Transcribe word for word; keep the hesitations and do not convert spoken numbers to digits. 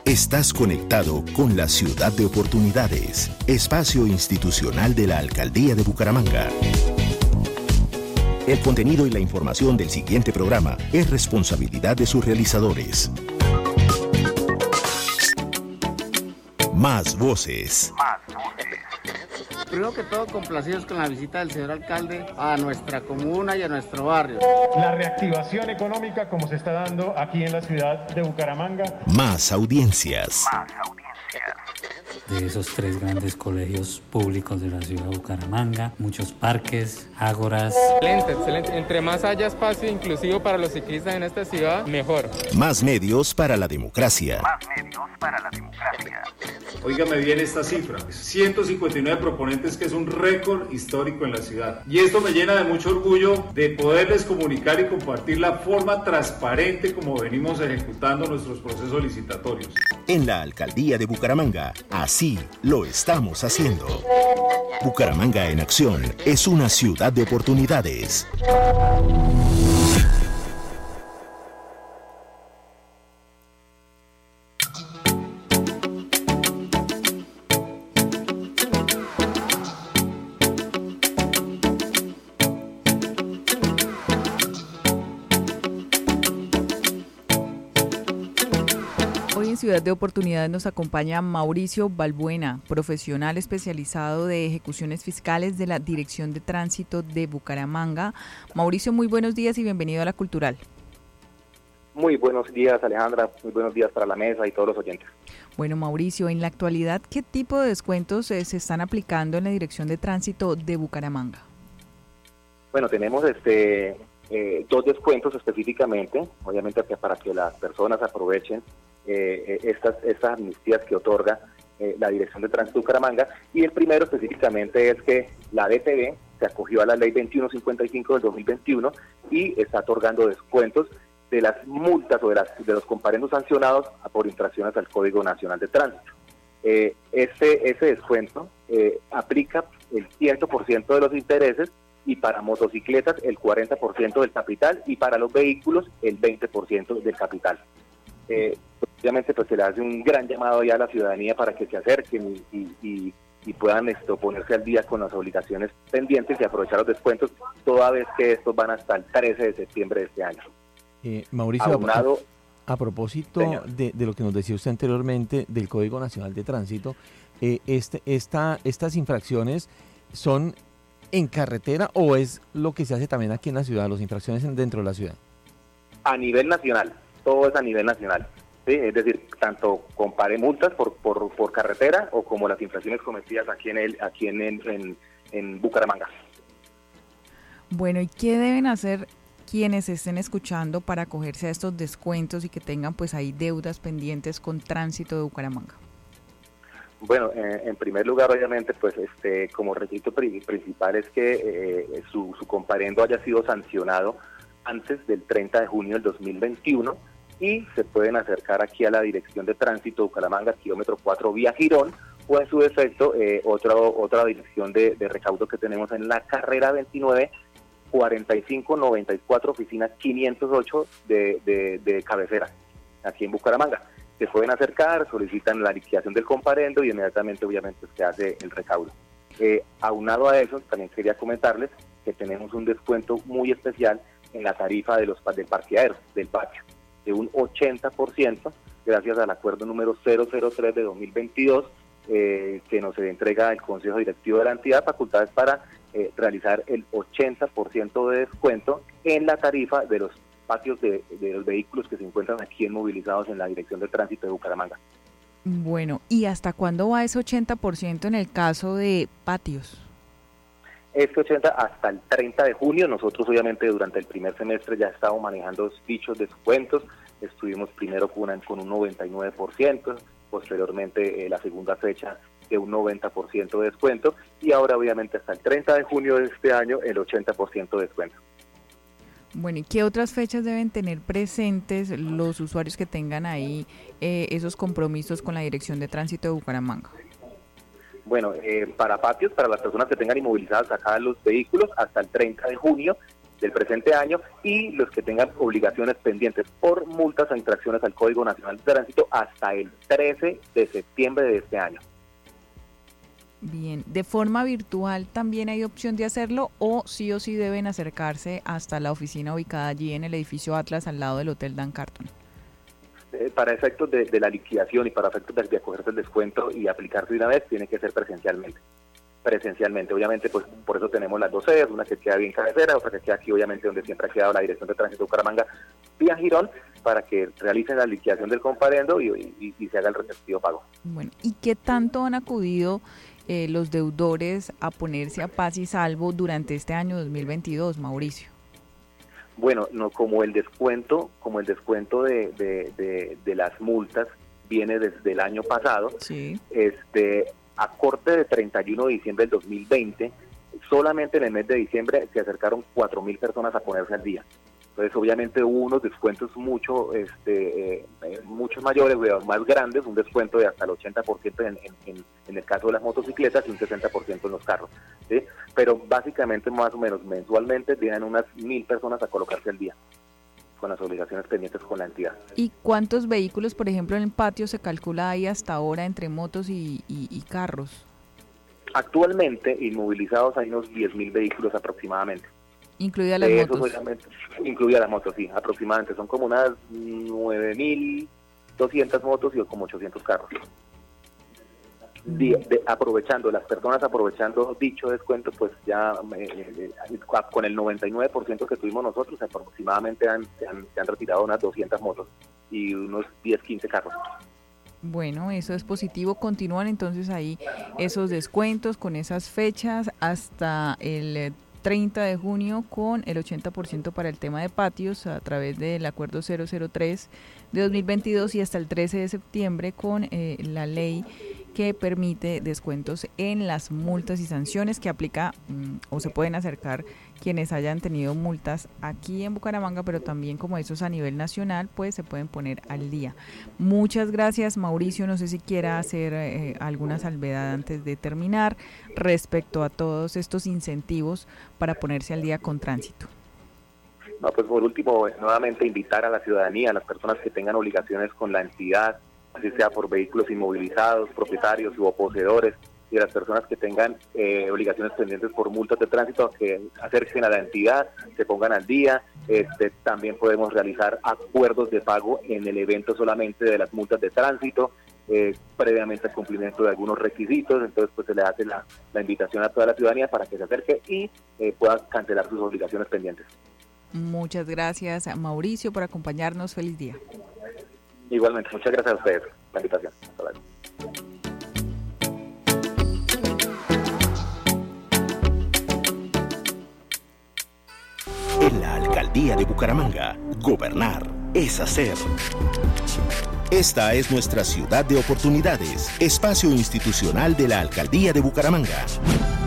Estás conectado con la ciudad de oportunidades, espacio institucional de la Alcaldía de Bucaramanga. El contenido y la información del siguiente programa es responsabilidad de sus realizadores. Más voces. Más voces. Primero que todo, complacidos con la visita del señor alcalde a nuestra comuna y a nuestro barrio. La reactivación económica como se está dando aquí en la ciudad de Bucaramanga. Más audiencias. Más audiencias. De esos tres grandes colegios públicos de la ciudad de Bucaramanga, muchos parques, ágoras. Excelente, excelente. Entre más haya espacio inclusivo para los ciclistas en esta ciudad, mejor. Más medios para la democracia. Más medios para la democracia. Óigame bien esta cifra, ciento cincuenta y nueve proponentes, que es un récord histórico en la ciudad. Y esto me llena de mucho orgullo de poderles comunicar y compartir la forma transparente como venimos ejecutando nuestros procesos licitatorios. En la Alcaldía de Bucaramanga, así lo estamos haciendo. Bucaramanga en acción es una ciudad de oportunidades. Ciudad de Oportunidades nos acompaña Mauricio Balbuena, profesional especializado de ejecuciones fiscales de la Dirección de Tránsito de Bucaramanga. Mauricio, muy buenos días y bienvenido a La Cultural. Muy buenos días, Alejandra, muy buenos días para la mesa y todos los oyentes. Bueno, Mauricio, en la actualidad, ¿qué tipo de descuentos eh, se están aplicando en la Dirección de Tránsito de Bucaramanga? Bueno, tenemos este eh, dos descuentos específicamente, obviamente para que las personas aprovechen Eh, estas, estas amnistías que otorga eh, la Dirección de Tránsito de Bucaramanga, y el primero específicamente es que la D T V se acogió a la ley veintiuno cincuenta y cinco del dos mil veintiuno y está otorgando descuentos de las multas o de, las, de los comparendos sancionados por infracciones al Código Nacional de Tránsito. Eh, ese, ese descuento eh, aplica el cien por ciento de los intereses, y para motocicletas el cuarenta por ciento del capital, y para los vehículos el veinte por ciento del capital. Eh, obviamente pues se le hace un gran llamado ya a la ciudadanía para que se acerquen y, y, y puedan esto ponerse al día con las obligaciones pendientes y aprovechar los descuentos, toda vez que estos van hasta el trece de septiembre de este año. Eh, Mauricio, Aunado, a, a propósito de, de lo que nos decía usted anteriormente del Código Nacional de Tránsito, eh, este, esta, estas infracciones son en carretera, ¿o es lo que se hace también aquí en la ciudad, las infracciones dentro de la ciudad? A nivel nacional. Todo es a nivel nacional, ¿sí? Es decir, tanto compare multas por, por por carretera o como las infracciones cometidas aquí en el aquí en, en, en Bucaramanga. Bueno, ¿y qué deben hacer quienes estén escuchando para acogerse a estos descuentos y que tengan pues ahí deudas pendientes con Tránsito de Bucaramanga? Bueno, eh, en primer lugar, obviamente, pues este como requisito principal es que eh, su, su comparendo haya sido sancionado antes del treinta de junio del dos mil veintiuno, y se pueden acercar aquí a la Dirección de Tránsito de Bucaramanga, kilómetro cuatro, vía Girón, o en su defecto, eh, otra otra dirección de, de recaudo que tenemos en la carrera veintinueve, cuarenta y cinco noventa y cuatro, oficina quinientos ocho de, de, de cabecera, aquí en Bucaramanga. Se pueden acercar, solicitan la liquidación del comparendo y inmediatamente, obviamente, se hace el recaudo. Eh, aunado a eso, también quería comentarles que tenemos un descuento muy especial en la tarifa de los del parqueadero, del patio, de un ochenta por ciento, gracias al acuerdo número cero cero tres de dos mil veintidós, eh, que nos entrega el Consejo Directivo de la entidad facultades para eh, realizar el ochenta por ciento de descuento en la tarifa de los patios de, de los vehículos que se encuentran aquí movilizados en la Dirección de Tránsito de Bucaramanga. Bueno, ¿y hasta cuándo va ese ochenta por ciento en el caso de patios? Este ochenta hasta el treinta de junio. Nosotros obviamente durante el primer semestre ya estábamos manejando dichos descuentos. Estuvimos primero con, una, con un noventa y nueve por ciento, posteriormente eh, la segunda fecha de un noventa por ciento de descuento, y ahora obviamente hasta el treinta de junio de este año el ochenta por ciento de descuento. Bueno, ¿y qué otras fechas deben tener presentes los usuarios que tengan ahí eh, esos compromisos con la Dirección de Tránsito de Bucaramanga? Bueno, eh, para patios, para las personas que tengan inmovilizadas acá los vehículos, hasta el treinta de junio del presente año, y los que tengan obligaciones pendientes por multas o infracciones al Código Nacional de Tránsito hasta el trece de septiembre de este año. Bien, ¿de forma virtual también hay opción de hacerlo o sí o sí deben acercarse hasta la oficina ubicada allí en el edificio Atlas al lado del Hotel Dan Carton? Eh, para efectos de, de la liquidación y para efectos de, de acogerse el descuento y aplicarse de una vez, tiene que ser presencialmente. Presencialmente, obviamente, pues por eso tenemos las dos sedes, una que queda bien cabecera, otra que queda aquí, obviamente, donde siempre ha quedado la Dirección de Tránsito de Bucaramanga, vía Girón, para que realicen la liquidación del comparendo y, y, y se haga el respectivo pago. Bueno, ¿y qué tanto han acudido eh, los deudores a ponerse a paz y salvo durante este año dos mil veintidós, Mauricio? Bueno, no, como el descuento, como el descuento de, de, de, de las multas viene desde el año pasado, sí. este, a corte de treinta y uno de diciembre del dos mil veinte, solamente en el mes de diciembre se acercaron cuatro mil personas a ponerse al día. Entonces, obviamente hubo unos descuentos mucho, este, eh, muchos mayores, más grandes, un descuento de hasta el ochenta por ciento en, en, en el caso de las motocicletas y un sesenta por ciento en los carros, ¿sí? Pero básicamente, más o menos mensualmente, vienen unas mil personas a colocarse al día con las obligaciones pendientes con la entidad. ¿Y cuántos vehículos, por ejemplo, en el patio se calcula ahí hasta ahora entre motos y, y, y carros? Actualmente, inmovilizados hay unos diez mil vehículos aproximadamente. Incluidas las eh, motos. Incluidas las motos, sí, aproximadamente. Son como unas nueve mil doscientas motos y como ochocientos carros. De, de, aprovechando, las personas aprovechando dicho descuento, pues ya eh, eh, con el noventa y nueve por ciento que tuvimos nosotros, aproximadamente han, se, han, se han retirado unas doscientas motos y unos diez, quince carros. Bueno, eso es positivo. Continúan entonces ahí esos descuentos con esas fechas hasta el treinta de junio con el ochenta por ciento para el tema de patios a través del acuerdo cero cero tres de dos mil veintidós y hasta el trece de septiembre con eh, la ley que permite descuentos en las multas y sanciones que aplica mmm, o se pueden acercar quienes hayan tenido multas aquí en Bucaramanga, pero también como esos a nivel nacional, pues se pueden poner al día. Muchas gracias, Mauricio. No sé si quiera hacer eh, alguna salvedad antes de terminar respecto a todos estos incentivos para ponerse al día con tránsito. No, pues por último, nuevamente invitar a la ciudadanía, a las personas que tengan obligaciones con la entidad, así sea por vehículos inmovilizados, propietarios o poseedores, y a las personas que tengan eh, obligaciones pendientes por multas de tránsito, que acerquen a la entidad, se pongan al día. Este, también podemos realizar acuerdos de pago en el evento solamente de las multas de tránsito, eh, previamente al cumplimiento de algunos requisitos. Entonces pues se le hace la, la invitación a toda la ciudadanía para que se acerque y eh, pueda cancelar sus obligaciones pendientes. Muchas gracias, Mauricio, por acompañarnos. Feliz día. Igualmente, muchas gracias a ustedes por la invitación. Hasta luego. En la Alcaldía de Bucaramanga, gobernar es hacer. Esta es nuestra ciudad de oportunidades, espacio institucional de la Alcaldía de Bucaramanga.